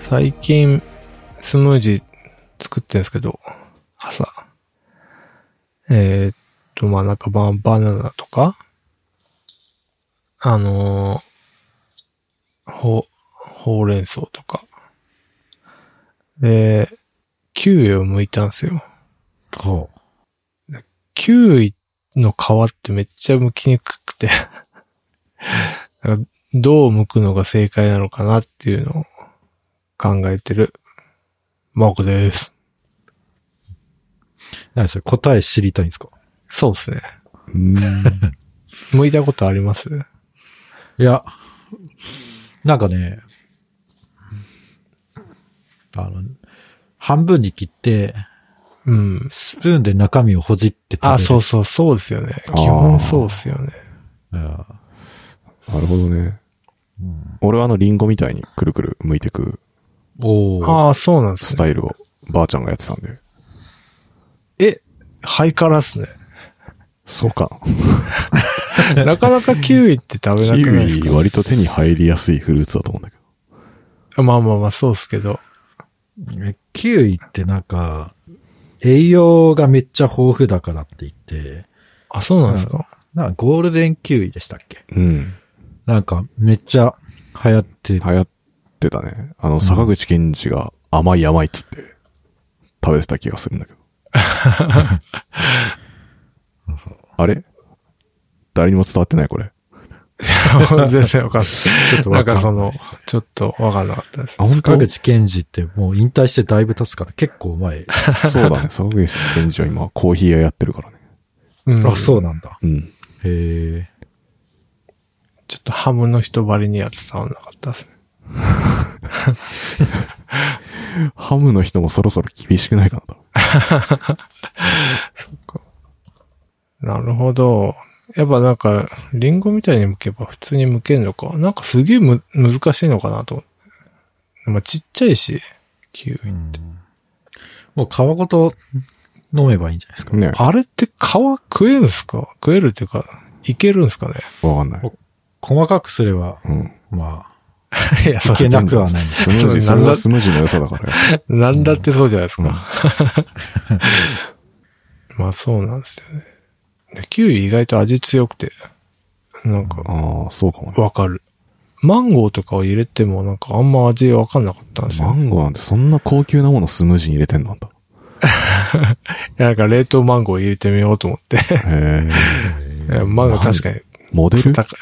最近、スムージー作ってんですけど、朝。まあ、なんかバナナとか、ほうれん草とか。で、キウイを剥いたんですよ。 ほう。キウイの皮ってめっちゃ剥きにくくてどう剥くのが正解なのかなっていうのを考えてるマークです。 何それ答え知りたいんですか？ そうですね。剥いたことあります？ いや、なんかね、半分に切って、 うん。 スプーンで中身をほじって食べる。 あ、そうですよね。基本そうですよね。 なるほどね。うん、俺はリンゴみたいにくるくる剥いてく。 ああ、そうなんですね。 スタイルをばあちゃんがやってたんで。 ハイカラっすね。 そうか。 なかなかキウイって食べなくないですか？ キウイ割と手に入りやすいフルーツだと思うんだけど。まあ、そうっすけど。 キウイってなんか、栄養がめっちゃ豊富だからって言って。 あ、そうなんですか？ なんかゴールデンキウイでしたっけ？ うん。 なんかめっちゃ流行ってたね。坂口健二が甘いっつって食べてた気がするんだけど。あれ誰にも伝わってないこれ。 全然わかんない。なんかちょっとわかんなかったです。 坂口健二ってもう引退してだいぶ経つから結構前。 そうだね。坂口健二は今コーヒー屋やってるからね。 うん、あ、そうなんだ。 うん。 へえ。 ちょっとハムの人ばりには伝わんなかったですね。 ハムの人もそろそろ厳しくないかなと。 そっか。なるほど。やっぱなんか、リンゴみたいに剥けば普通に剥けんのか。なんかすげえ難しいのかなと思って。まあ、ちっちゃいし、キウイって。 もう皮ごと飲めばいいんじゃないですか。 ね。 あれって皮食えるんですか？食えるっていうか、いけるんですかね？ わかんない。 細かくすれば、 うん、 まあ、 いや、 いけなくはないんです。 それはスムージーの良さだからよ。 なんだってそうじゃないですか。まあそうなんですよね。キウイ意外と味強くて、なんか、 ああ、そうかもね。 わかる。マンゴーとかを入れてもなんかあんま味わかんなかったんですよ。 マンゴーなんてそんな高級なものスムージーに入れてんのあんた。 いや、なんか冷凍マンゴー入れてみようと思って。 へえ。マンゴー確かに。 モデル高い。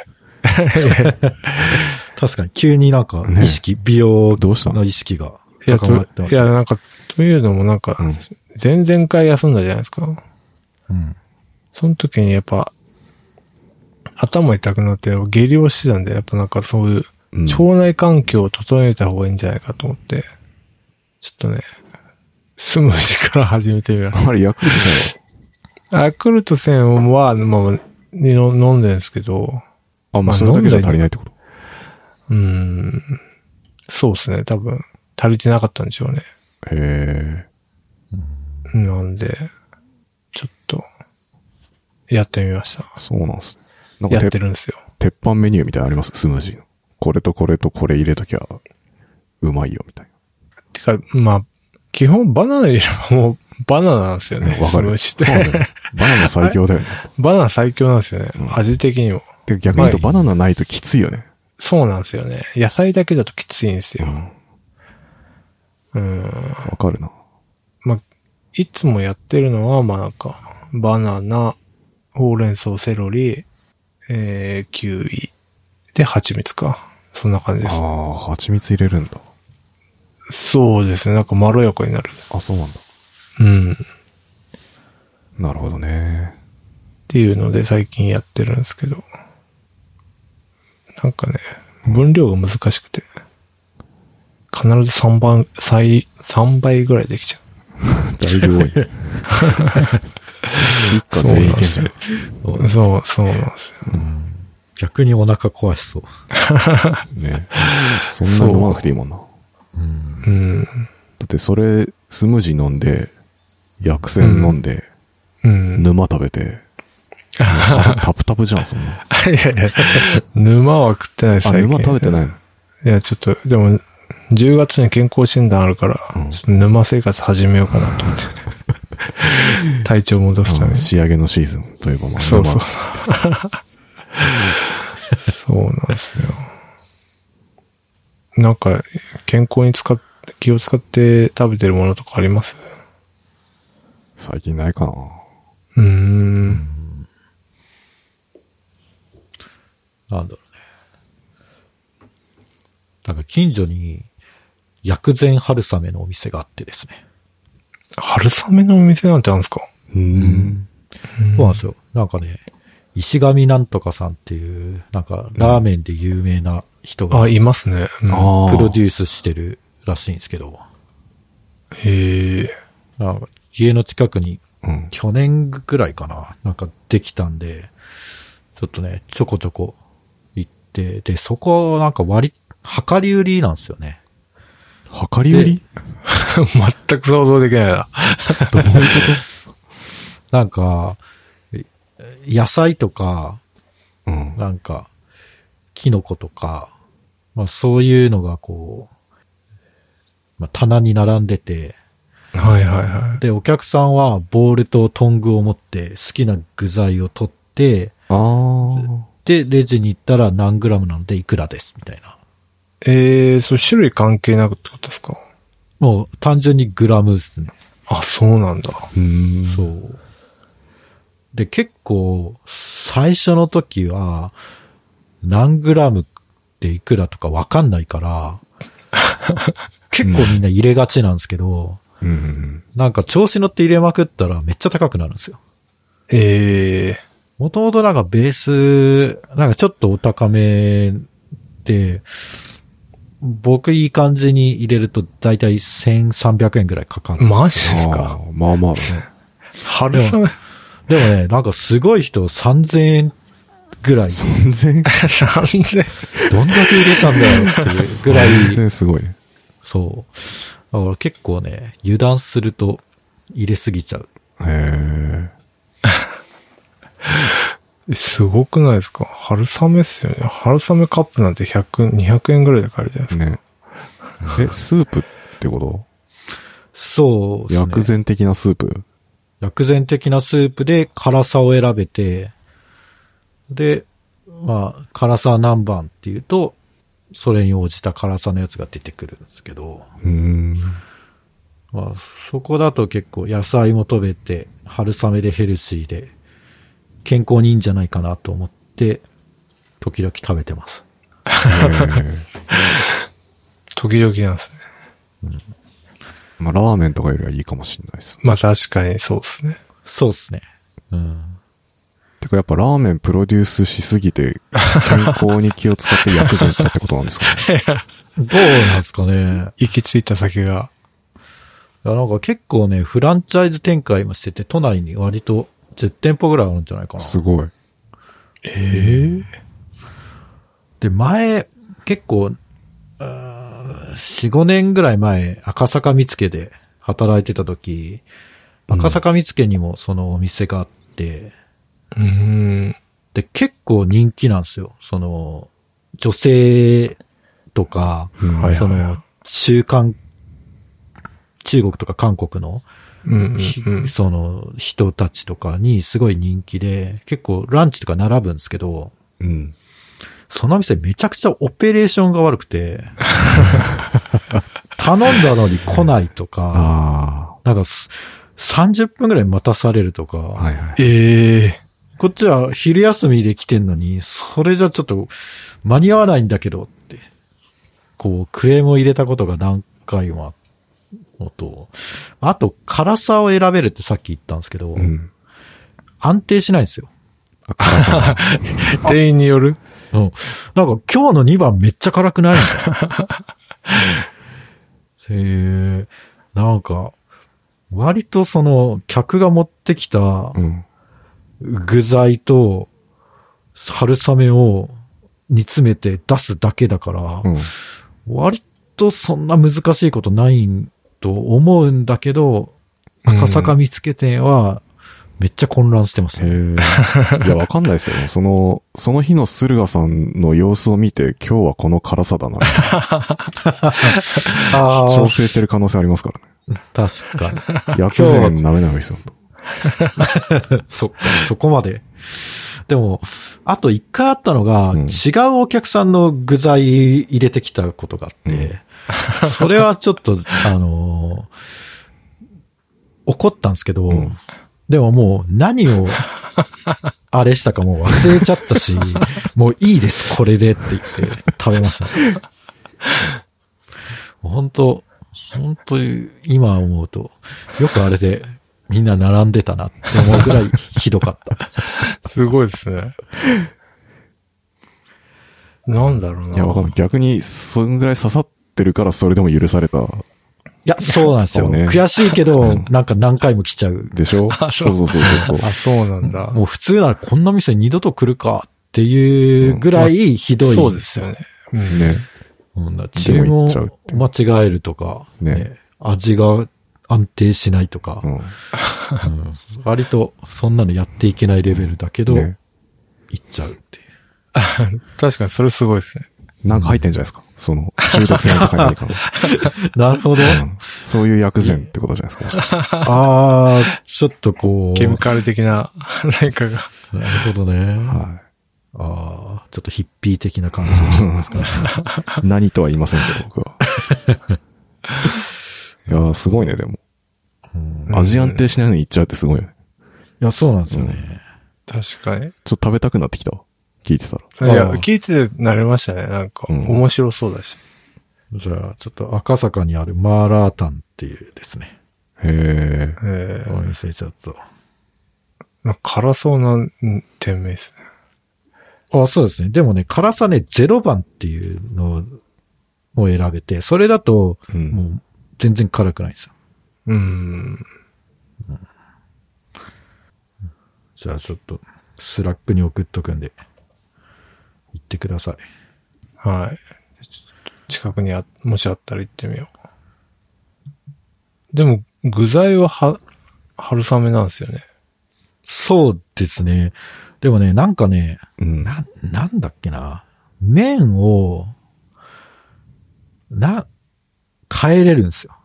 確かに急になんか意識、美容の意識が高まってました。 いや、なんか、というのもなんか、前々回休んだじゃないですか。 うん。 その時にやっぱ、頭痛くなって下痢をしてたんで、やっぱなんかそういう腸内環境を整えた方がいいんじゃないかと思って、ちょっとね、スムージーから始めてみました。 あれ、ヤクルト1000 ヤクルト1000は、まあ、飲んでるんですけど、 あ、まあ、それだけじゃ足りないってこと？ そうですね、多分、足りてなかったんでしょうね。 へえ。なんで、ちょっと、やってみました。 そうなんですね。 なんかやってるんですよ。 鉄板メニューみたいなのあります？スムージーの。これとこれとこれ入れときゃ、うまいよ、みたいな。 てか、まあ、基本バナナ入れればもうバナナなんですよね。 わかる。そうね。バナナ最強だよね。 バナナ最強なんですよね。味的にも。 で逆に言うとバナナないときついよね。 そうなんですよね。野菜だけだときついんですよ。 わかるな。 まあ、いつもやってるのは、まあなんか、バナナ、ほうれん草、セロリ、キウイ、で、蜂蜜か。そんな感じです。 ああ、蜂蜜入れるんだ。 そうですね。なんかまろやかになる。 あ、そうなんだ。 うん。 なるほどね。 っていうので最近やってるんですけど。なんかね、分量が難しくて。必ず3倍ぐらいできちゃう。だいぶ多いね。一家全員いけんじゃん。 そうなんですよ。 逆にお腹壊しそう。 ね。そんな飲まなくていいもんな。だってそれ、スムージー飲んで、薬膳飲んで、沼食べて、タプタプじゃん、そんな。 いや、沼は食ってないです。 あ、沼食べてないの？ いや、ちょっと、でも、 10月に健康診断あるから、ちょっと沼生活始めようかなと思って。体調戻すために。 仕上げのシーズンといえばまあ、 そうそう。そうなんですよ。なんか、健康に気を使って食べてるものとかあります？ 最近ないかな。 なんだろうね。なんか近所に薬膳春雨のお店があってですね。 春雨のお店なんてあるんですか？ そうなんですよ。なんかね、石上なんとかさんっていう、なんかラーメンで有名な人が、 いますね。 プロデュースしてるらしいんですけど。 へえ。 なんか家の近くに、去年ぐらいかな、なんかできたんで、ちょっとね、ちょこちょこ行って、で、そこなんか量り売りなんですよね。 量り売り？ 全く想像できないな。 どういうこと？ なんか、野菜とか、なんか、キノコとか、まあそういうのがこう、まあ棚に並んでて、 はいはいはい。 で、お客さんはボールとトングを持って好きな具材を取って、で、レジに行ったら何グラムなのでいくらです、みたいな。 そう、種類関係なくってことですか？ もう単純にグラムですね。 あ、そうなんだ。 そう。で、結構、最初の時は、何グラムっていくらとかわかんないから、結構みんな入れがちなんですけど、なんか調子乗って入れまくったらめっちゃ高くなるんですよ。もともとなんかベース、なんかちょっとお高めで、僕いい感じに入れるとだいたい1300円ぐらいかかる。 マジですか？ まあまあね。 春雨。 でもね、なんかすごい人3000円ぐらい。 3000円 3000 どんだけ入れたんだよっていうぐらい。 3000円すごいね。 そう。だから結構ね、油断すると入れすぎちゃう。 へえ。すごくないですか？春雨っすよね。春雨カップなんて100、200円ぐらいで買えるじゃないですか。 ね。スープってこと？ そうですね。 薬膳的なスープ？ 薬膳的なスープで辛さを選べて、で、まあ、辛さ何番っていうと、それに応じた辛さのやつが出てくるんですけど、まあ、そこだと結構野菜も食べて、春雨でヘルシーで、健康にいいんじゃないかなと思って、時々食べてます。 時々なんですね。 まあ、ラーメンとかよりはいいかもしれないですね。 まあ確かにそうですね。 そうですね。 てかやっぱラーメンプロデュースしすぎて、健康に気を使って薬膳だってことなんですかね。 どうなんですかね。 行き着いた先が。 いやなんか結構ね、フランチャイズ展開もしてて、都内に割と10店舗ぐらいあるんじゃないかな。 すごい。 で、前、結構、4、5年ぐらい前、赤坂見附で働いてた時、赤坂見附にもそのお店があって、で、結構人気なんですよ。その、女性とか、その、中国とか韓国の、その人たちとかにすごい人気で、結構ランチとか並ぶんですけど、その店めちゃくちゃオペレーションが悪くて、頼んだのに来ないとか、なんか30分ぐらい待たされるとか、こっちは昼休みで来てんのに、それじゃちょっと間に合わないんだけどって、こうクレームを入れたことが何回もあって、あと、辛さを選べるってさっき言ったんですけど、安定しないんですよ。 辛さ。店員による？ なんか今日の2番めっちゃ辛くないみたいな。なんか、割とその、客が持ってきた具材と春雨を煮詰めて出すだけだから、割とそんな難しいことないと思うんだけど、赤坂見附店はめっちゃ混乱してました。 いや、わかんないですよね。その日の駿河さんの様子を見て、今日はこの辛さだな。調整してる可能性ありますからね。 確かに。薬膳舐めない方がいいですよ。 そこまで。でも、あと一回あったのが、違うお客さんの具材入れてきたことがあって、それはちょっと、怒ったんですけど、でももう何をあれしたかもう忘れちゃったし、もういいです、これでって言って食べました。本当今思うと、よくあれでみんな並んでたなって思うぐらいひどかった。 すごいですね。なんだろうな。 いや、わかんない。逆に、そんぐらい刺さってるからそれでも許された。 いや、そうなんですよ。ね、悔しいけど、なんか何回も来ちゃう。 でしょ？そう。 あ、そうなんだ。 もう普通ならこんな店二度と来るかっていうぐらいひどい。 そうですよね。 ね。 注文間違えるとか、ね、味が安定しないとか、割とそんなのやっていけないレベルだけど、行っちゃうっていう。 確かにそれすごいですね。 なんか入ってんじゃないですか。その、中毒性の高い何かが。 なるほど、 そういう薬膳ってことじゃないですか。 ああ、ちょっとこう。 ケミカル的な何かが。 なるほどね。はい。ああ、ちょっとヒッピー的な感じですかね。 何とは言いませんけど、僕は。いやー、すごいね、でも。味安定しないのに行っちゃうってすごいよね。 いや、そうなんですよね。 確かに。 ちょっと食べたくなってきたわ。聞いてたら。 いや、聞いててなれましたね。なんか、面白そうだし。 じゃあ、ちょっと赤坂にあるマーラータンっていうですね。 へお店ちょっと。 辛そうな店名ですね。あ、そうですね。でもね、辛さね、0番っていうのを選べて、それだと、もう全然辛くないんですよ。じゃあちょっと、スラックに送っとくんで。行ってください。 はい。近くにもしあったら行ってみよう。でも、具材は春雨なんですよね。 そうですね。でもね、なんかね、なんだっけな。麺を、変えれるんですよ。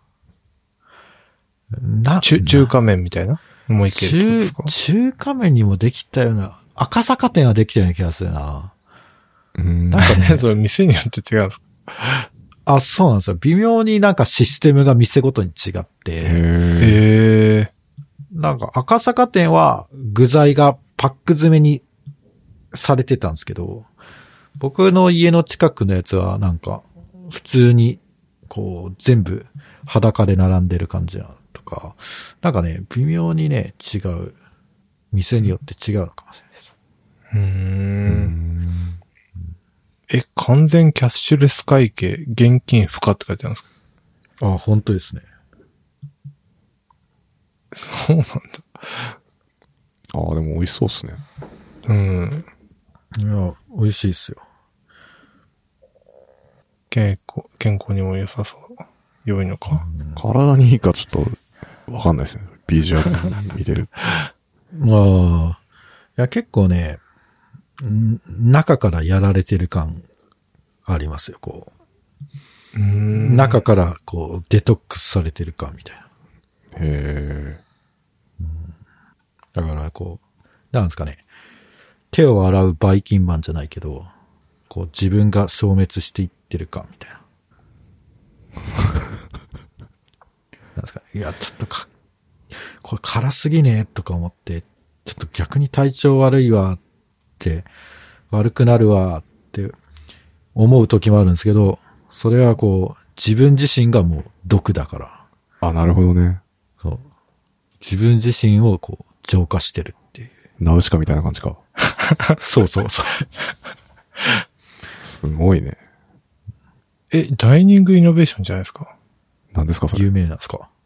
中華麺みたいなもういけるですか？ 中華麺にもできたような、赤坂店はできたような気がするな。 なんかね、それ店によって違う。 あ、そうなんですよ。微妙になんかシステムが店ごとに違って。なんか赤坂店は具材がパック詰めにされてたんですけど、僕の家の近くのやつはなんか普通にこう全部裸で並んでる感じなとか、なんかね、微妙にね、違う。店によって違うのかもしれないです。 完全キャッシュレス会計、現金不可って書いてあるんですか？ あ、本当ですね。 そうなんだ。 ああ、でも美味しそうですね。 いや、美味しいっすよ。 健康にも良さそう。良いのか。 体にいいかちょっと、わかんないですね。ビジュアル見てる。 いや、結構ね、中からやられてる感ありますよ、こう。中からこうデトックスされてる感みたいな。 へー。 だからこう、なんですかね。手を洗うバイキンマンじゃないけど、こう自分が消滅していってる感みたいな。なんですかね。いや、ちょっとこれ辛すぎねとか思って、ちょっと逆に体調悪いわって、悪くなるわって思う時もあるんですけど、それはこう、自分自身がもう毒だから。 あ、なるほどね。 そう。自分自身をこう、浄化してるっていう。 ナウシカみたいな感じか。 そう。 すごいね。 ダイニングイノベーションじゃないですか。 何ですかそれ。 有名なんですか？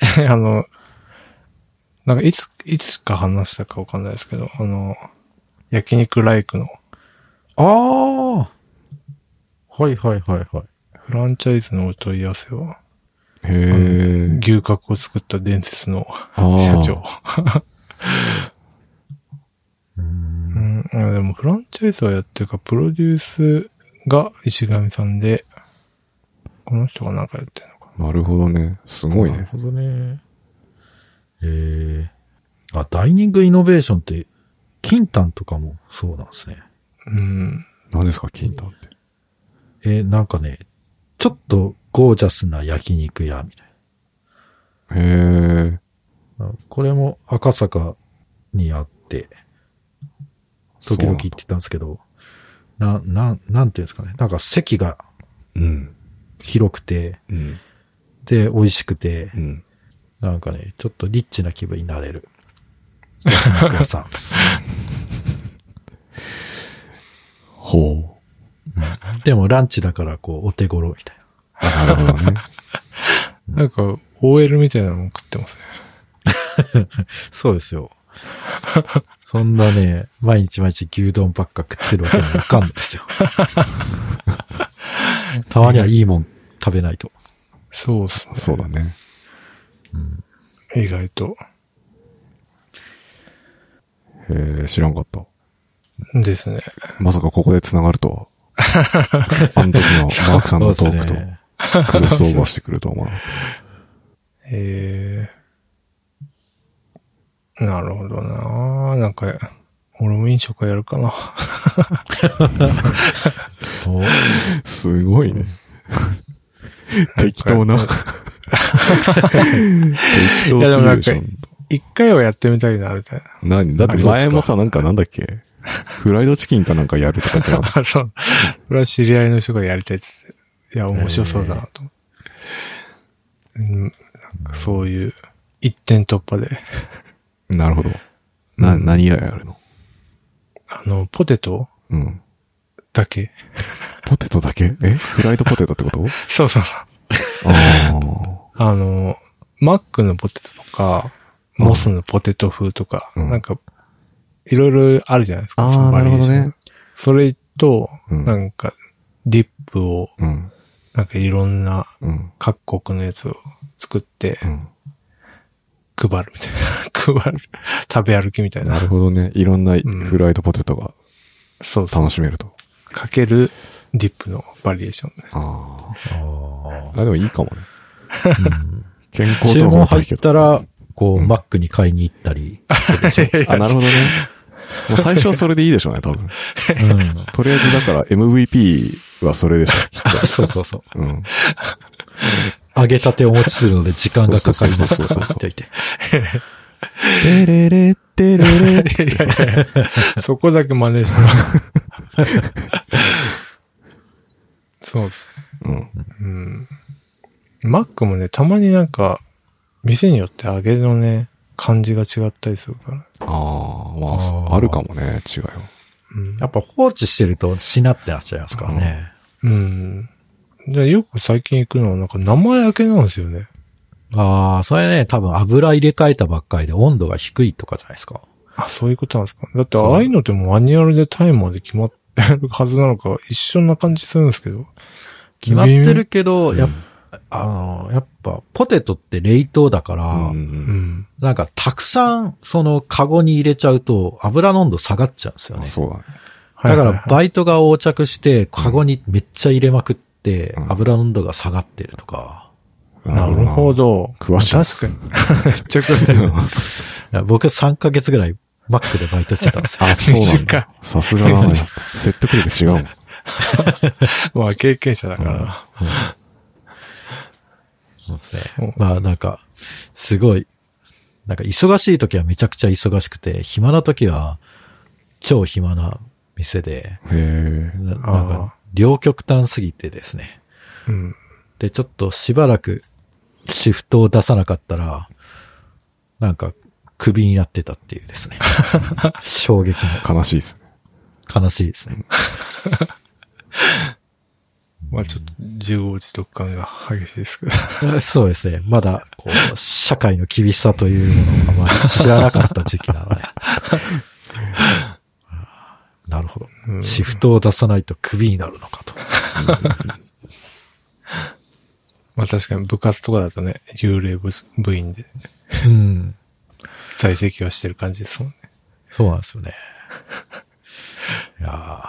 なんかいつか話したかわかんないですけど、焼肉ライクの。 ああ。はい。 フランチャイズのお問い合わせは。 へえ。 牛角を作った伝説の社長。 もフランチャイズをやってるか、プロデュースが石上さんで、この人がなんかやってるのか。 なるほどね。すごいね。 なるほどね。ダイニングイノベーションって、キンタンとかもそうなんですね。 何ですか、キンタンって。 なんかね、ちょっとゴージャスな焼肉屋みたいな。 へえ。 これも赤坂にあって、時々行ってたんですけど、なんていうんですかね。なんか席が、広くて、で、美味しくて、なんかね、ちょっとリッチな気分になれる。焼肉屋さんです。 ほう。でもランチだからこう、お手頃みたいな。なるほどね。 なんか、OL みたいなの食ってますね。 そうですよ。そんなね、毎日牛丼ばっか食ってるわけにはいかんのですよ。たまにはいいもん食べないと。 そうっすね。 そうだね。 意外と。 知らんかった。 ですね。 まさかここで繋がるとは。あの時のマークさんのトークとクロスオーバーしてくるとは思わなかった。 なるほどな。なんか、俺も飲食やるかな。 すごいね。適当な。適当すぎでしょ。 一回はやってみたいな、みたいな。 だって前もさ、なんだっけフライドチキンかなんかやるとかってなった。 そう。これは知り合いの人がやりたいって。いや、面白そうだなと。なんかそういう一点突破で。 なるほど。何がやるの？ ポテトだけ。 ポテトだけ？フライドポテトってこと？ そうそう。マックのポテトとか、モスのポテト風とか、なんか、いろいろあるじゃないですか。 なるほどね。 それと、なんか、ディップを、なんかいろんな各国のやつを作って、配るみたいな。食べ歩きみたいな。 なるほどね。いろんなフライドポテトが楽しめると。 かけるディップのバリエーション。でもいいかもね。健康と注文入ったら、こう、マックに買いに行ったり。 なるほどね。もう最初はそれでいいでしょうね、多分。とりあえずだから MVP はそれでしょ、きっと。 そう。揚げたてお持ちするので時間がかかります。そう。 テレレテレレそこだけ真似してます。そうです。マックもね、たまになんか、店によって揚げのね、感じが違ったりするから。 あるかもね、違うよ。 やっぱ放置してるとしなってなっちゃいますからね。 でよく最近行くのはなんか生焼けなんですよね。 それね、多分油入れ替えたばっかりで温度が低いとかじゃないですか。 そういうことなんですか。だってああいうのってもマニュアルでタイマーで決まってるはずなのか一緒な感じするんですけど。 決まってるけど、やっぱポテトって冷凍だから、なんかたくさんそのカゴに入れちゃうと油の温度下がっちゃうんですよね。 そうだね。 だからバイトが横着してカゴにめっちゃ入れまくって油の温度が下がってるとか。 なるほど。 詳しい。 確かに。めっちゃ詳しい。 僕3ヶ月ぐらいマックでバイトしてたんですよ。 そうなんだ。さすがだね。説得力違うもん。 まあ経験者だから。 そうですね。なんか、すごい、なんか忙しい時はめちゃくちゃ忙しくて、暇な時は超暇な店で、なんか両極端すぎてですね。で、ちょっとしばらくシフトを出さなかったら、なんかクビになってたっていうですね。衝撃の。 悲しいですね。 悲しいですね。 ちょっと自業自得感が激しいですけど。そうですね。まだ、こう、社会の厳しさというものをあまり知らなかった時期なので。なるほど。シフトを出さないとクビになるのかと。 確かに部活とかだとね、幽霊部員で。在籍はしてる感じですもんね。 そうなんですよね。 や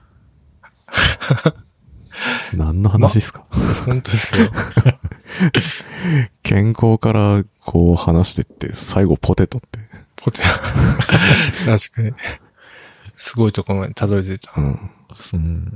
何の話ですか、 本当ですよ。 健康からこう話してって、最後ポテトって。 確かに。すごいところまでたどり着いた。 うん。 うん。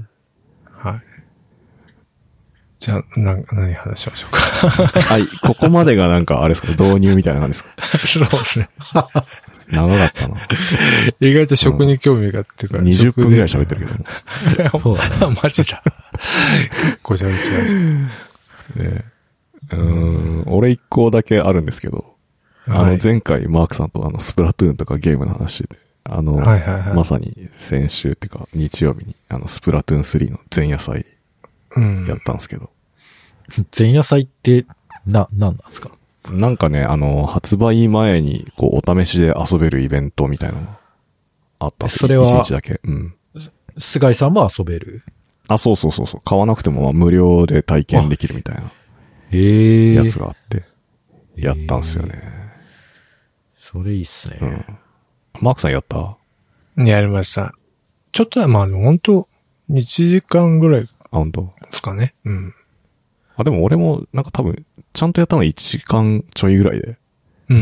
はい。じゃあ、何話しましょうか。 はい、ここまでがなんか、あれですか、導入みたいな感じですか。 そうですね。 長かったな。 意外と食に興味がっていうか、 20分ぐらい喋ってるけども。 そうだな。マジだ。結構喋ってました。俺一個だけあるんですけど、前回マークさんとスプラトゥーンとかゲームの話で、まさに先週っていうか日曜日にスプラトゥーン3の前夜祭やったんですけど。 前夜祭って何なんですか？ なんかね、発売前にこうお試しで遊べるイベントみたいなのがあったんですよ。それは1日だけ。うん。 菅井さんも遊べる？ あ、そう。買わなくても無料で体験できるみたいなやつがあって、やったんすよね。 それいいっすね。 うん。マークさんやった？ やりました。ちょっとは本当1時間ぐらい。 あ、本当ですかね。うん。 でも俺もなんか多分、ちゃんとやったのは1時間ちょいぐらいで。 うん。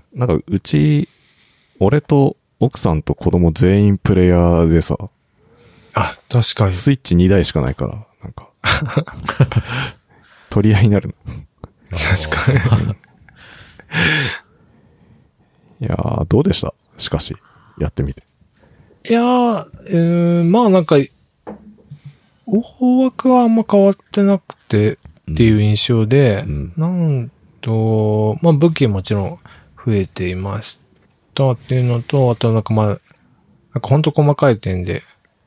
なんかうち、俺と奥さんと子供全員プレイヤーでさ。 あ、確かに。 スイッチ2台しかないから、なんか。取り合いになるの。確かに。 いやー、どうでした？しかし、やってみて。 いやー、まあなんか、大枠はあんま変わってなくてっていう印象で、なんと、まあ武器もちろん増えていましたっていうのと、あとなんかなんかほんと細かい点で、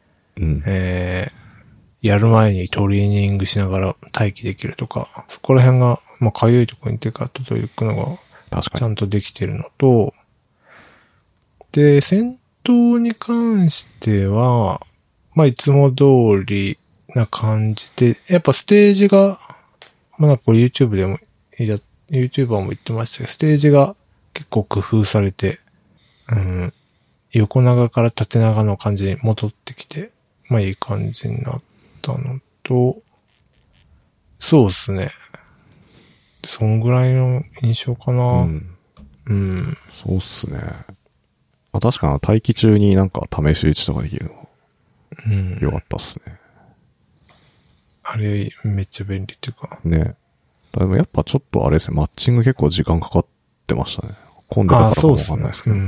やる前にトレーニングしながら待機できるとか、そこら辺が、まあかゆいところに手が届くのが、ちゃんとできてるのと、で、戦闘に関しては、まあいつも通りな感じで、やっぱステージが、まあなんかこれ YouTube でも、YouTuber も言ってましたけど、ステージが結構工夫されて、横長から縦長の感じに戻ってきて、まあいい感じになったのと、そうですね。そんぐらいの印象かな。うん。 そうっすね。まあ確かに待機中になんか試し打ちとかできるの、よかったっすね。 あれ、めっちゃ便利っていうか。 ね。でもやっぱちょっとあれですね、マッチング結構時間かかってましたね。混んでたからかもわかんないですけど。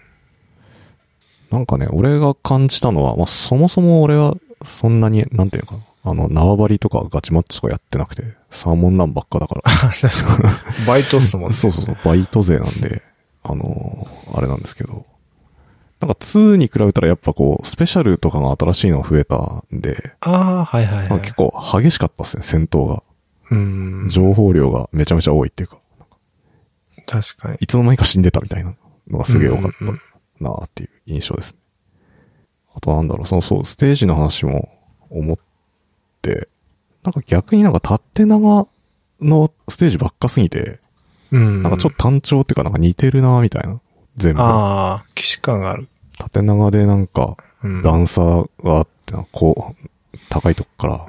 なんかね、俺が感じたのは、まあそもそも俺はそんなに、なんていうのかな。縄張りとかガチマッチとかやってなくて、サーモンランばっかだから。 確かに。バイトっすもんね。 そう、バイト勢なんで、あれなんですけど。なんか2に比べたらやっぱこう、スペシャルとかが新しいのが増えたんで。 はい。 結構激しかったっすね、戦闘が。情報量がめちゃめちゃ多いっていうか。 確かに。 いつの間にか死んでたみたいなのがすげえ多かったなーっていう印象ですね。あとなんだろう、そう、ステージの話も思って、なんか逆になんか縦長のステージばっかすぎて、なんかちょっと単調っていうかなんか似てるなーみたいな。全部。 既視感がある。 縦長でなんか、段差があって、こう、高いとこから、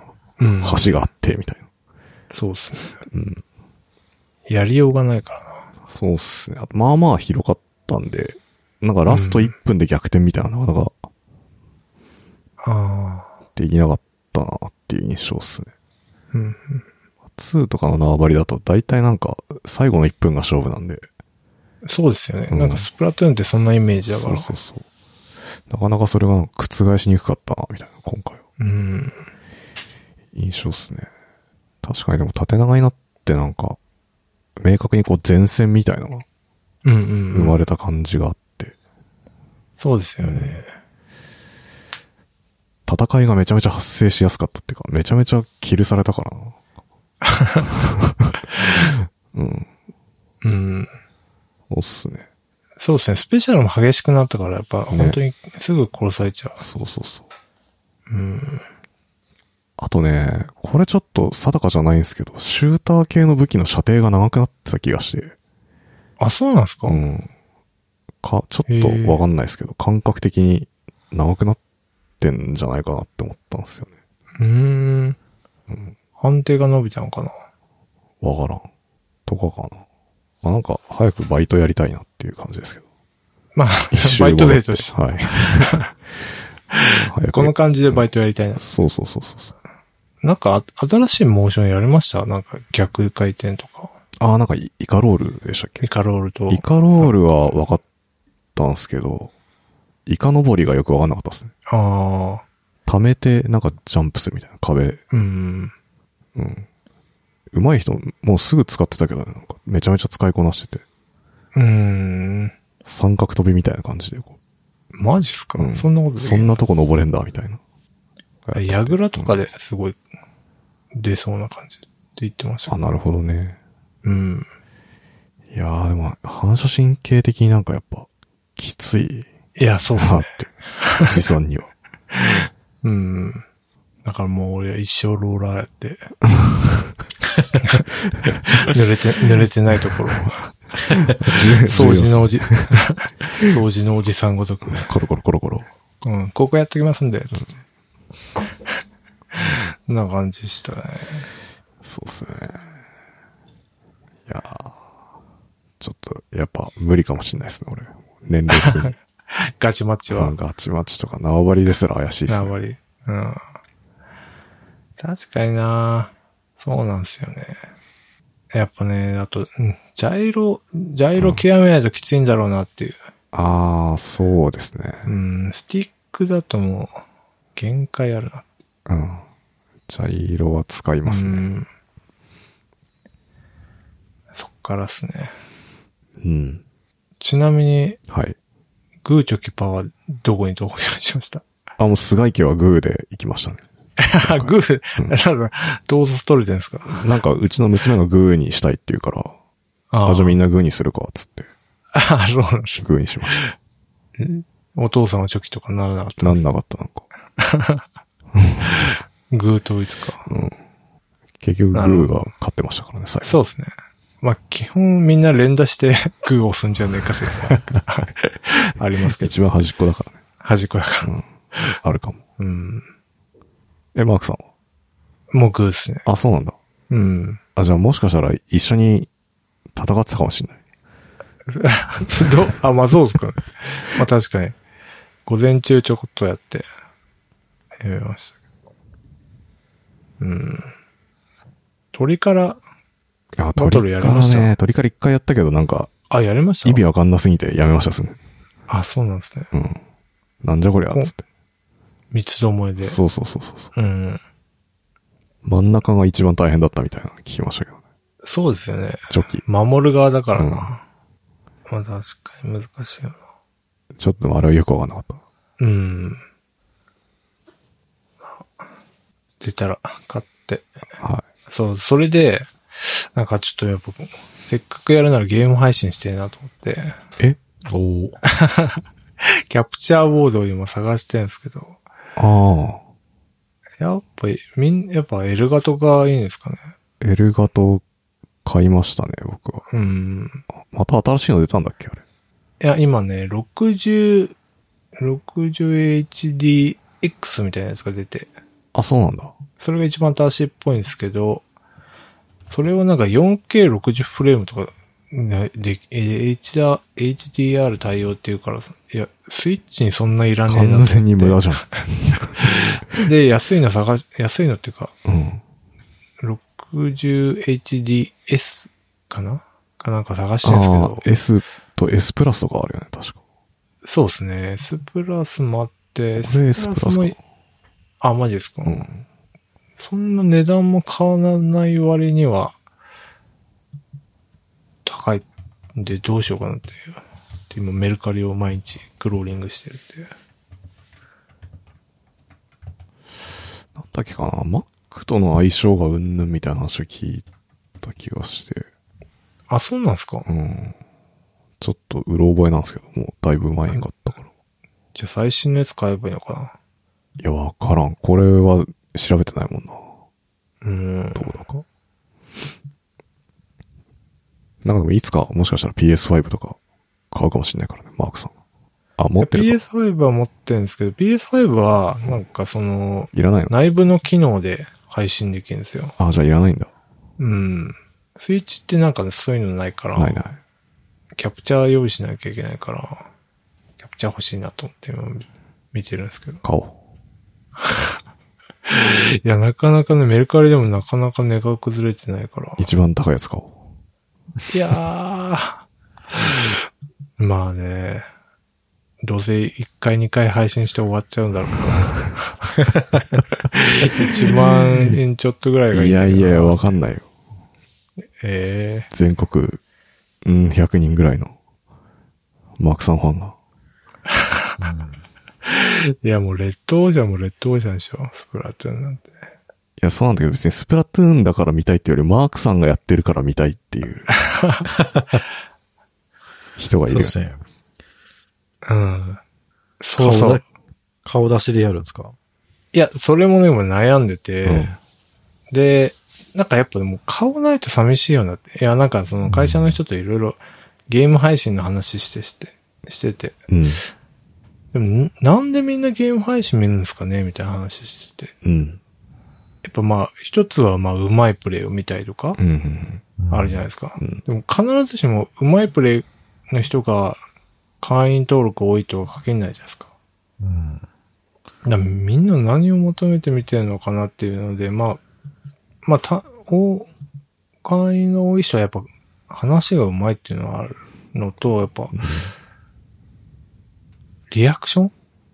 橋があって、みたいな。 そうっすね。やりようがないからな。 そうっすね。あとまあまあ広かったんで、なんかラスト1分で逆転みたいなのが、なかなか、できなかったなっていう印象っすね。2とかの縄張りだと、大体なんか、最後の1分が勝負なんで。 そうですよね。なんかスプラトゥーンってそんなイメージだから。 そう。なかなかそれが覆しにくかったな、みたいな、今回は。印象っすね。確かにでも縦長になってなんか、明確にこう前線みたいなのが、生まれた感じがあって。 そうですよね。 戦いがめちゃめちゃ発生しやすかったっていうか、めちゃめちゃキルされたからな。そうっすね。 そうですね。スペシャルも激しくなったから、やっぱ本当にすぐ殺されちゃう。 そう。あとね、これちょっと定かじゃないんですけど、シューター系の武器の射程が長くなってた気がして。 あ、そうなんですか？ ちょっとわかんないですけど、感覚的に長くなっってんじゃないかなって思ったんですよね。 うん。判定が伸びたのかな？ わからん。とかかな。なんか、早くバイトやりたいなっていう感じですけど。 まあ、バイトデーとして。 はい。 この感じでバイトやりたいな。 そう。 なんか、新しいモーションやりました？なんか、逆回転とか。 なんかイカロールでしたっけ？ イカロールと。 イカロールは分かったんですけど、イカ登りがよく分かんなかったですね。溜めて、なんかジャンプするみたいな壁。上手い人、もうすぐ使ってたけど、なんかめちゃめちゃ使いこなしてて。三角飛びみたいな感じでこう。マジっすか？そんなことできる？ そんなとこ登れんだ、みたいな。 ヤグラとかですごい出そうな感じって言ってました。 なるほどね。いやーでも、反射神経的になんかやっぱ、きつい。 いや、そうっすね。 おじさんには。 だからもう俺は一生ローラーやって。濡れてないところ。掃除のおじさんごとく。 コロコロ。 ここやっときますんで。そんな感じしたね。 そうっすね。いやー、ちょっと、やっぱ無理かもしんないですね、俺。年齢的に。 ガチマッチは。 ガチマッチとか縄張りですら怪しいっすね。 縄張り。確かにな。そうなんですよね。やっぱね、あと、ジャイロ極めないときついんだろうなっていう。 そうですね。 スティックだともう、限界あるな。 ジャイロは使いますね。 そっからっすね。ちちなみに、 はい。 グーチョキパーはどこに投票しました？ もう菅池はグーで行きましたね。 グー、なんか、どうぞ取れてるんですか？ なんか、うちの娘がグーにしたいって言うから、じゃあみんなグーにするか、つって。 そうなんです。 グーにしました。 お父さんはチョキとかならなかった？ なんなかった、なんか。 グー統一か。 結局グーが勝ってましたからね、最後。 そうですね。まあ、基本みんな連打してグーを押すんじゃねえか説ありますけど。 一番端っこだからね。 端っこだから。 あるかも。マークさんは？ もうグーですね。 そうなんだ。じゃあもしかしたら一緒に戦ってたかもしれない。 まあそうですかね。まあ確かに。午前中ちょこっとやって、やめましたけど。鳥からバトルやりましたね。 鳥から一回やったけどなんか。 やりました？ 意味わかんなすぎてやめましたすね。 そうなんですね。 なんじゃこりゃ、つって。 三つどもえで。 そう。真ん中が一番大変だったみたいな聞きましたけどね。 そうですよね。 チョキ。 守る側だからな。まあ確かに難しいよな。 ちょっとあれはよくわかんなかった。 出たら買って。 はい。 そう、それで、なんかちょっとやっぱ、せっかくやるならゲーム配信してえなと思って。キャプチャーボードを今探してるんですけど。やっぱエルガトがいいんですかね。 エルガト買いましたね、僕は。また新しいの出たんだっけ、あれ。 いや、今ね、60HDX みたいなやつが出て。 そうなんだ。 それが一番新しいっぽいんですけど、それをなんか 4K60 フレームとか、HDR 対応っていうから、いや、スイッチにそんないらねえな。 完全に無駄じゃん。で、安いのっていうか、60HDS かななんか探してるんですけど。 S と S プラスとかあるよね、確か。 そうですね。S プラスもあって、 これ S プラスか。 マジですか？そんな値段も変わらない割には、高いんでどうしようかなっていう。今メルカリを毎日クローリングしてるっていう。 なんだっけかな、Mac との相性がうんぬんみたいな話を聞いた気がして。 そうなんですか？ ちょっとうろ覚えなんですけど、もうだいぶ前に買ったから。 じゃあ最新のやつ買えばいいのかな？ いや、わからん。これは調べてないもんな。どうだか。なんかでもいつかもしかしたら PS5 とか買うかもしれないからね、マークさん。 あ、持ってるか。 PS5 は持ってるんですけど、PS5 は、なんかいらないの？ 内部の機能で配信できるんですよ。 あ、じゃあいらないんだ。 うん。スイッチってなんかね、そういうのないから。 ない。 キャプチャー用意しなきゃいけないから、キャプチャー欲しいなと思って今見てるんですけど。 買おう。 いや、なかなかね、メルカリでもなかなか値が崩れてないから。 一番高いやつ買おう。 いやー。まあね、どうせ1回2回配信して終わっちゃうんだろうから。1万円ちょっとぐらいがいい。 いや、わかんないよ。全国、100人ぐらいの、マークさんファンが。 いや、もうレッドオーシャンもレッドオーシャンでしょ、スプラトゥーンなんて。 いや、そうなんだけど別にスプラトゥーンだから見たいっていうより、マークさんがやってるから見たいっていう、人がいる。 そうですね。 うん。そう。 顔出しでやるんですか？ いや、それもね、も悩んでて、で、なんかやっぱでも顔ないと寂しいよなって。いや、なんかその会社の人といろいろゲーム配信の話してて。でも、なんでみんなゲーム配信見るんですかねみたいな話してて。やっぱまあ、一つはまあ、うまいプレイを見たりとか、あるじゃないですか。でも必ずしもうまいプレイの人が会員登録多いとは限らないじゃないですか。だからみんな何を求めて見てるのかなっていうので、会員が多い人はやっぱ話がうまいっていうのはあるのと、やっぱ、リアクション？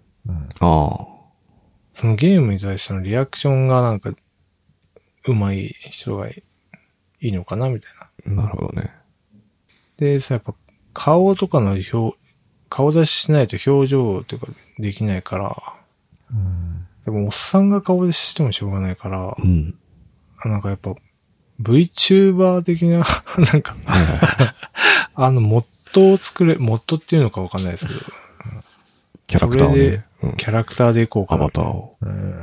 そのゲームに対してのリアクションがなんか、うまい人がいいのかなみたいな。なるほどね。 で、やっぱ顔とかの顔出ししないと表情とかできないから、でもおっさんが顔出ししてもしょうがないから、なんかやっぱ VTuber 的な、なんか、モッドっていうのかわかんないですけど、 キャラクターをね。 キャラクターでいこうかな。 アバターを。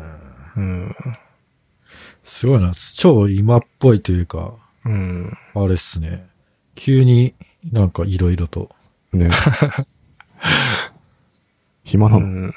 すごいな。超今っぽいというか、あれっすね。急になんかいろいろと。 ね。暇なの？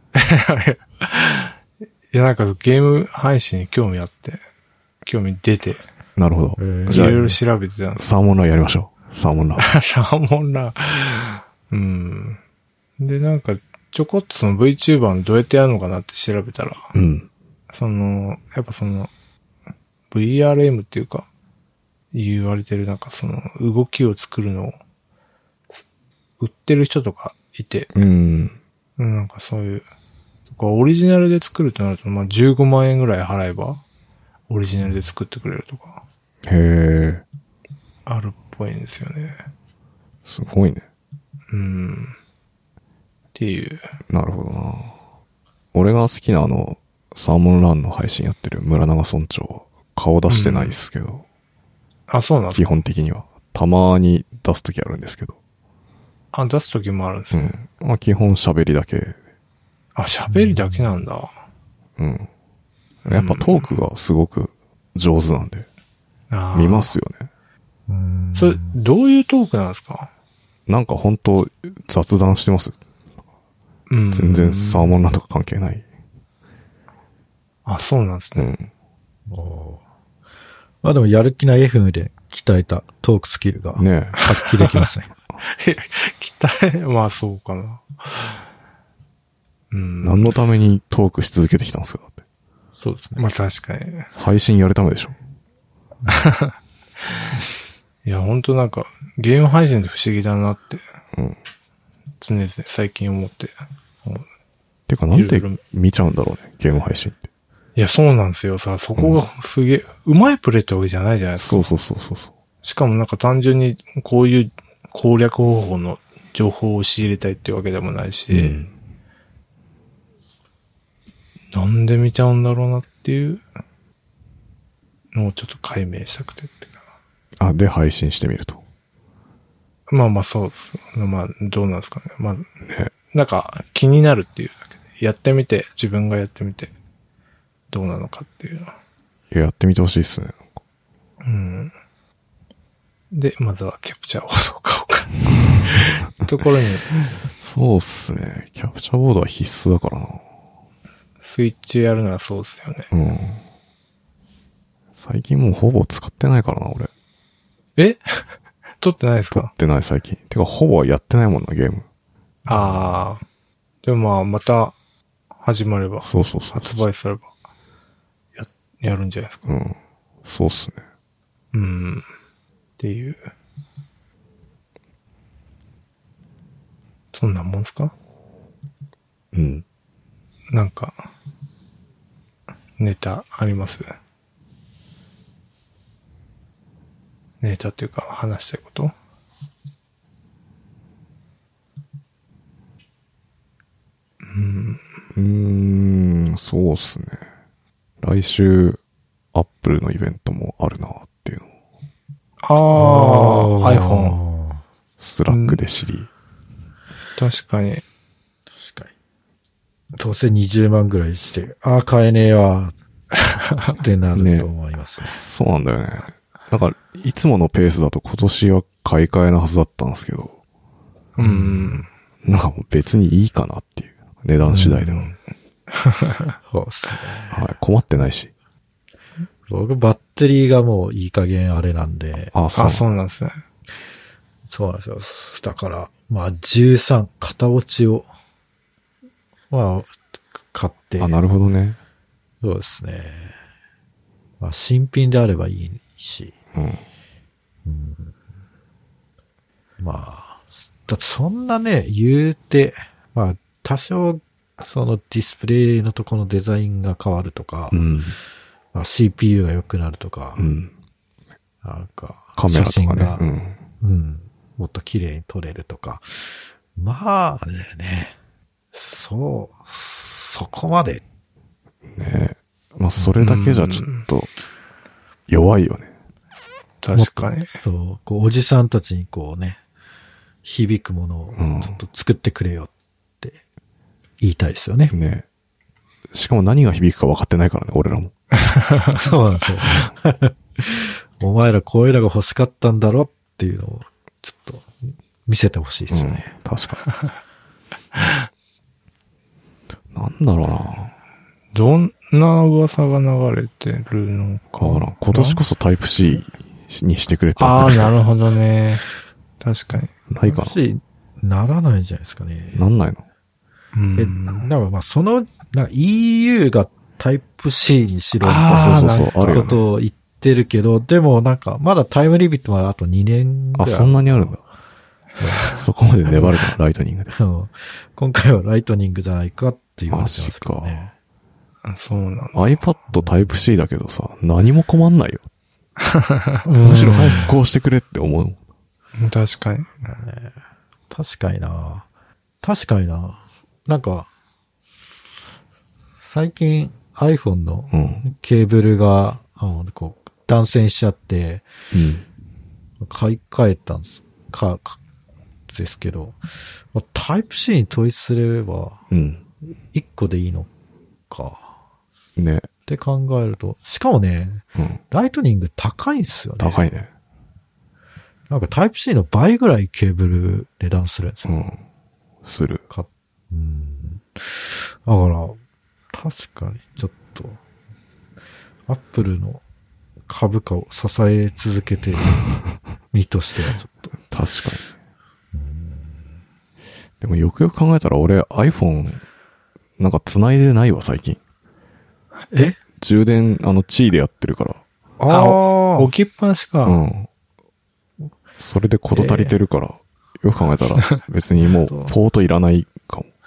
いや、なんかゲーム配信に興味出て。 なるほど。 いろいろ調べてたんです。 サーモンラーやりましょう。サーモンラー。 サーモンラー。で、なんか、ちょこっとその VTuber のどうやってやるのかなって調べたら、やっぱVRM っていうか、言われてるなんか動きを作るのを、売ってる人とかいて、なんかそういう、オリジナルで作るとなると、まあ15万円ぐらい払えば、オリジナルで作ってくれるとか。あるっぽいんですよね。 すごいね。 っていう。 なるほどな。俺が好きなサーモンランの配信やってる村永村長は顔出してないですけど。 そうなんですか？ 基本的には。たまに出すときあるんですけど。 出すときもあるんですね。 基本喋りだけ。 喋りだけなんだ。 やっぱトークがすごく上手なんで。見ますよね。 それ、どういうトークなんですか？ なんか本当雑談してます。全然サーモンランとか関係ない。 そうなんですね。 まあでもやる気な FM で鍛えたトークスキルが発揮できますね。 まあそうかな。 何のためにトークし続けてきたんですか？だって。 そうですね。 まあ確かに。 配信やるためでしょ。 いや、ほんとなんか、ゲーム配信って不思議だなって、常々最近思って。 てかなんで見ちゃうんだろうね、ゲーム配信って。 いや、そうなんですよ。そこがすげえ、うまいプレイってわけじゃないじゃないですか。 そう。 しかもなんか単純にこういう攻略方法の情報を仕入れたいっていうわけでもないし、なんで見ちゃうんだろうなっていうのをちょっと解明したくてってか。 で、配信してみると。 まあそうです。まあ、どうなんですかね。まあ、ね、なんか気になるっていうだけで。やってみて、自分がやってみて、どうなのかっていうの。 やってみてほしいっすね。 で、まずはキャプチャーをどう買おうか。ところにそうっすね。キャプチャーボードは必須だからな。 スイッチやるならそうですよね。 うん。最近もうほぼ使ってないからな、俺。 え撮ってないですか？ 撮ってない最近。てかほぼやってないもんな、ゲーム。 ああ。でもまあ、また始まれば。 そうそうそう。 発売すれば。やるんじゃないですか。 うん。そうっすね。 うん。っていう。そんなもんすか？ うん。 なんか、ネタあります？ネタっていうか話したいこと？ そうっすね。来週、アップルのイベントもあるなっていうのを。iPhone。 スラックで知り。 確かに。 確かに。どうせ20万ぐらいして、買えねえわ、ってなると思います、 ね。そうなんだよね。なんか、いつものペースだと今年は買い替えのはずだったんですけど。なんか別にいいかなっていう。値段次第でも。 そうですね。 はい。困ってないし。 僕、バッテリーがもういい加減あれなんで。 そうなんですね。 そうなんですよ。だから、まあ、13、型落ちを、まあ、買って。 なるほどね。 そうですね。まあ、新品であればいいし。まあ、だってそんなね、言うて、まあ、多少、そのディスプレイのとこのデザインが変わるとか、まあ、CPU が良くなるとか、なんか、 カメラとかね、 もっと綺麗に撮れるとか、まあね、そこまで。 ね。まあ、それだけじゃちょっと、弱いよね。 確かに。 そう、おじさんたちに響くものをちょっと作ってくれよって言いたいですよね。 ね。しかも何が響くか分かってないからね、俺らも。 そうなんですよ。お前らこういうのが欲しかったんだろっていうのをちょっと見せてほしいですよね。 確かに。なんだろうな。 どんな噂が流れてるのか。 今年こそタイプ C にしてくれた。 なるほどね。確かに。 ないかな。 C ならないんじゃないですかね。 なんないの？ だからまあEU がタイプ C にしろみたいなことを言ってるけど、でもなんかまだタイムリミットまであと2年ぐらい。 そんなにあるんだ。そこまで粘るか、ライトニングで。 今回はライトニングじゃないかって言われてますけどね。 そうなんだ。 iPad タイプ C だけどさ、何も困んないよ。むしろ早くこうしてくれって思う。 確かに。 確かにな。なんか、最近 iPhone のケーブルが、断線しちゃって、買い替えたんですけど、タイプ C に統一すれば、1個でいいのか。 ね。 って考えると、しかもね、ライトニング高いんすよね。 高いね。 なんかタイプ C の倍ぐらいケーブル値段するんですよ。 する。 だから、確かにちょっと、アップルの株価を支え続けている身としてはちょっと。 確かに。でもよくよく考えたら俺 iPhone なんか繋いでないわ最近。充電地位でやってるから。 置きっぱなしか。 それで事足りてるから、よく考えたら別にもうポートいらないかも。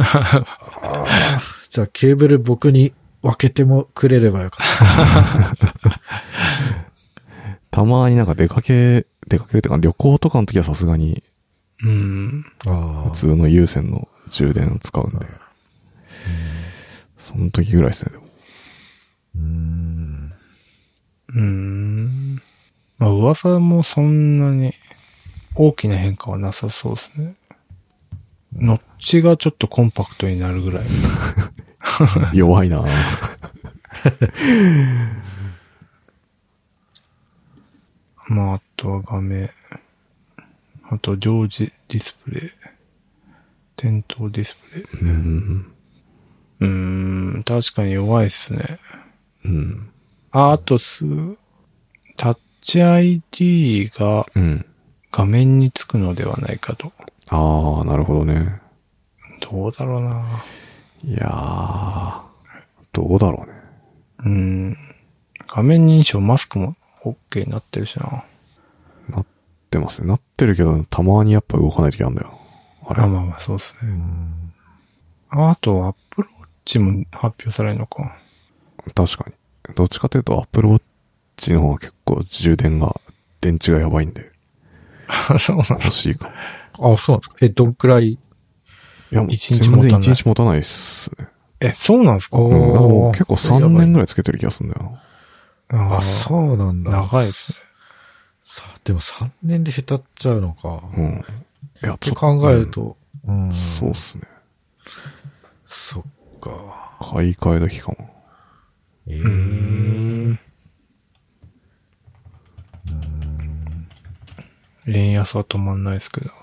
じゃあケーブル僕に分けてもくれればよかった。 たまになんか出かけるっていうか旅行とかの時はさすがに、普通の有線の充電を使うんで。その時ぐらいですね、でも。 まあ噂もそんなに大きな変化はなさそうですね。ノッチがちょっとコンパクトになるぐらい。 弱いなまあ、あとは画面。あと常時ディスプレイ。 点灯ディスプレイ。確かに弱いっすね。あとタッチ ID が画面につくのではないかと。 ああ、なるほどね。 どうだろうな。 いやー、どうだろうね。画面認証マスクも OK になってるしな。 なってますね。なってるけど、たまにやっぱ動かないときあるんだよ。あれ。 まあそうですね。あと、Apple Watch も発表されるのか。 確かに。どっちかというと Apple Watch の方が結構電池がやばいんで。 そうなん欲しいかも。そうなんですか。どんくらい？ いや、全然1日持たないっすね。 そうなんですか？ 結構3年ぐらいつけてる気がするんだよな。そうなんだ。 長いですね。 でも3年で下手っちゃうのか。 いや、 と考えると。 そうっすね。 そっか。 買い替え時かも。 円安は止まんないですけど。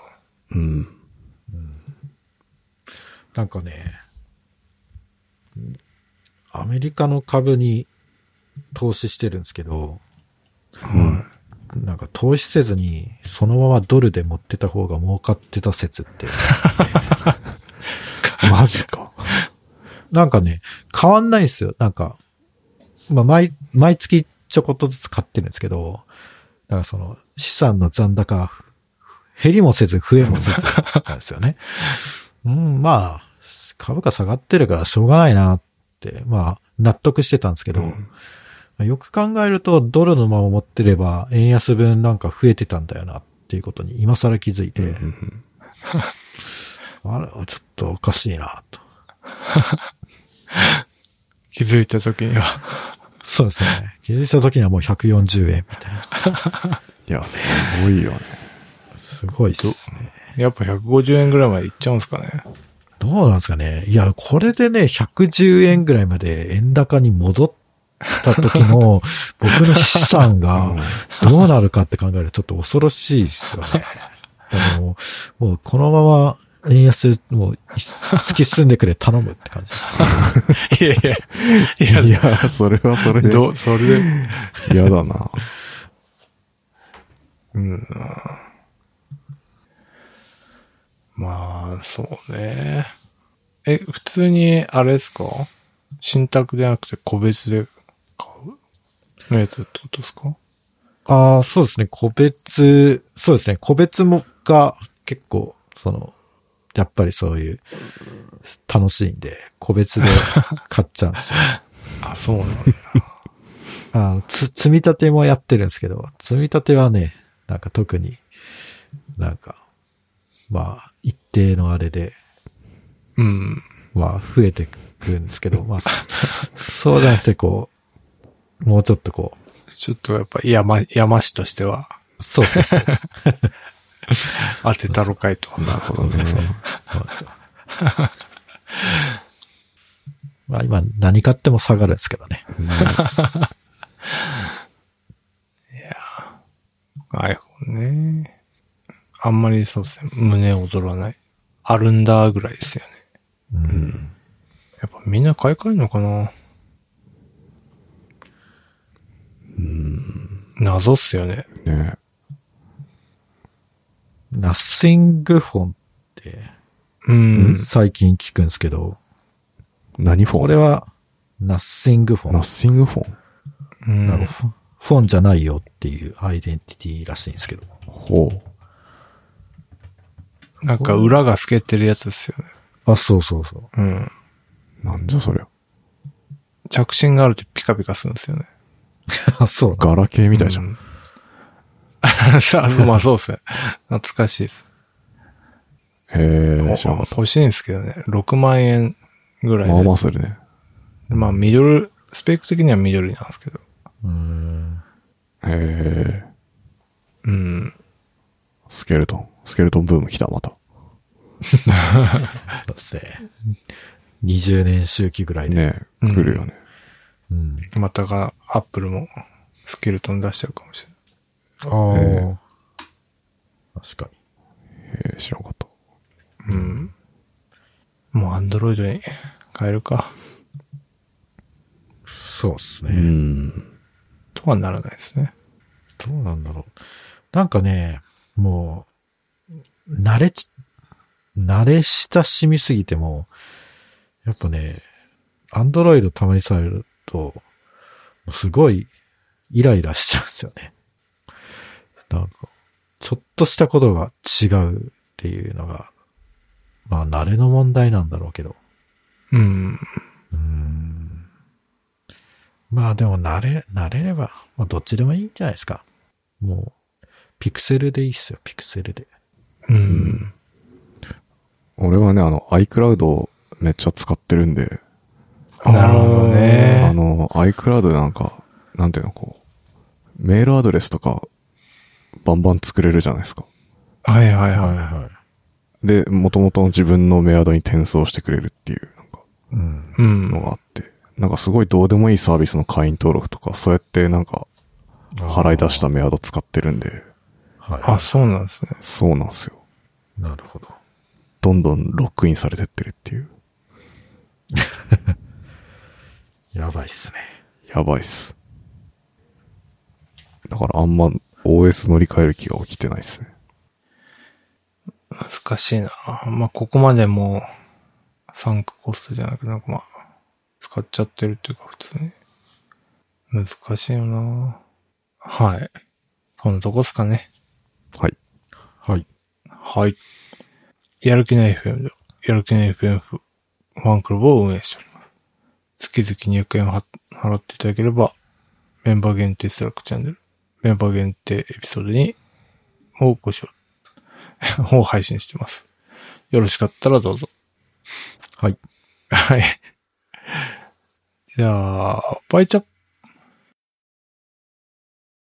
なんかね、アメリカの株に投資してるんですけど、なんか投資せずにそのままドルで持ってた方が儲かってた説って。 マジか。 なんかね、変わんないんですよ。なんか、毎月ちょこっとずつ買ってるんですけど、だからその資産の残高、減りもせず増えもせずなんですよね。まあ、株価下がってるからしょうがないなって、納得してたんですけど、よく考えるとドルのまま持ってれば円安分なんか増えてたんだよなっていうことに今更気づいて、あれ、ちょっとおかしいなと。 気づいた時には。 そうですね。気づいた時にはもう140円みたいな。 いや、すごいよね。 すごいっすね。 やっぱ150円ぐらいまでいっちゃうんですかね。 どうなんですかね。いや、これでね、110円ぐらいまで円高に戻った時の僕の資産がどうなるかって考えるとちょっと恐ろしいですよね。もうこのまま円安、もう突き進んでくれ頼むって感じです。 いや、それはそれで。 それで。 嫌だな。 まあ、そうね。普通に、あれですか？信託ではなくて個別で買うのやつってことですか？ そうですね。個別が結構、やっぱりそういう、楽しいんで、個別で買っちゃうんですよ。 そうなんだ。 積み立てもやってるんですけど、積み立てはね、なんか特に、なんか、一定のあれで、増えてくるんですけど、そうじゃなくてもうちょっとちょっとやっぱ山師としては。 そう。 当てたろかいと。 なるほどね。 今何買っても下がるんですけどね。 いやiPhone ね。あんまりそうですね。胸躍らない。あるんだぐらいですよね。やっぱみんな買い替えるのかな？謎っすよね。 ね。 ナッシングフォンって、最近聞くんですけど。 何フォン？ これは、ナッシングフォン。 ナッシングフォン？ フォンじゃないよっていうアイデンティティらしいんですけど。 ほう。 なんか裏が透けてるやつですよね。 そう。 なんじゃそりゃ。 着信があるとピカピカするんですよね。 そう。 ガラケーみたいじゃん。 まあそうですね。懐かしいです。 知らなかった。 欲しいんですけどね。6万円ぐらいで。 するね。 スペック的には緑なんですけど。 スケルトンブーム来た、また。 そうですね。20年周期ぐらいで。 ね、来るよね。 またアップルもスケルトン出しちゃうかもしれない。 確かに。 知らなかった。 アンドロイドに変えるか。 そうですね。 とはならないですね。 どうなんだろう。なんかね、もう、慣れ親しみすぎても、やっぱね、アンドロイドたまにされると、すごいイライラしちゃうんですよね。なんか、ちょっとしたことが違うっていうのが、まあ慣れの問題なんだろうけど。まあでも慣れれば、まあどっちでもいいんじゃないですか。もう、ピクセルでいいっすよ、ピクセルで。 俺はね、iCloud をめっちゃ使ってるんで。 なるほどね。 iCloud なんか、なんていうの、こう、メールアドレスとか、バンバン作れるじゃないですか。 はいはいはい。 で、元々の自分のメアドに転送してくれるっていう、なんか、のがあって、なんかすごいどうでもいいサービスの会員登録とか、そうやってなんか、払い出したメアド使ってるんで。 あ、そうなんですね。 そうなんですよ。 なるほど。 どんどんロックインされてってるっていう。 やばいっすね。 やばいっす。だからあんま OS 乗り換える気が起きてないっすね。 難しいな。まあ、ここまでもう、サンクコストじゃなくて、なんかまあ、使っちゃってるっていうか、普通に。難しいよな。はい。そんなとこっすかね。 はい。 はい。 はい。やる気ない FM で、やる気ない FM ファンクラブを運営しております。月々200円を払っていただければ、メンバー限定スラックチャンネル、メンバー限定エピソードに、を配信してます。よろしかったらどうぞ。 はい。 はい。じゃあ、バイチャッ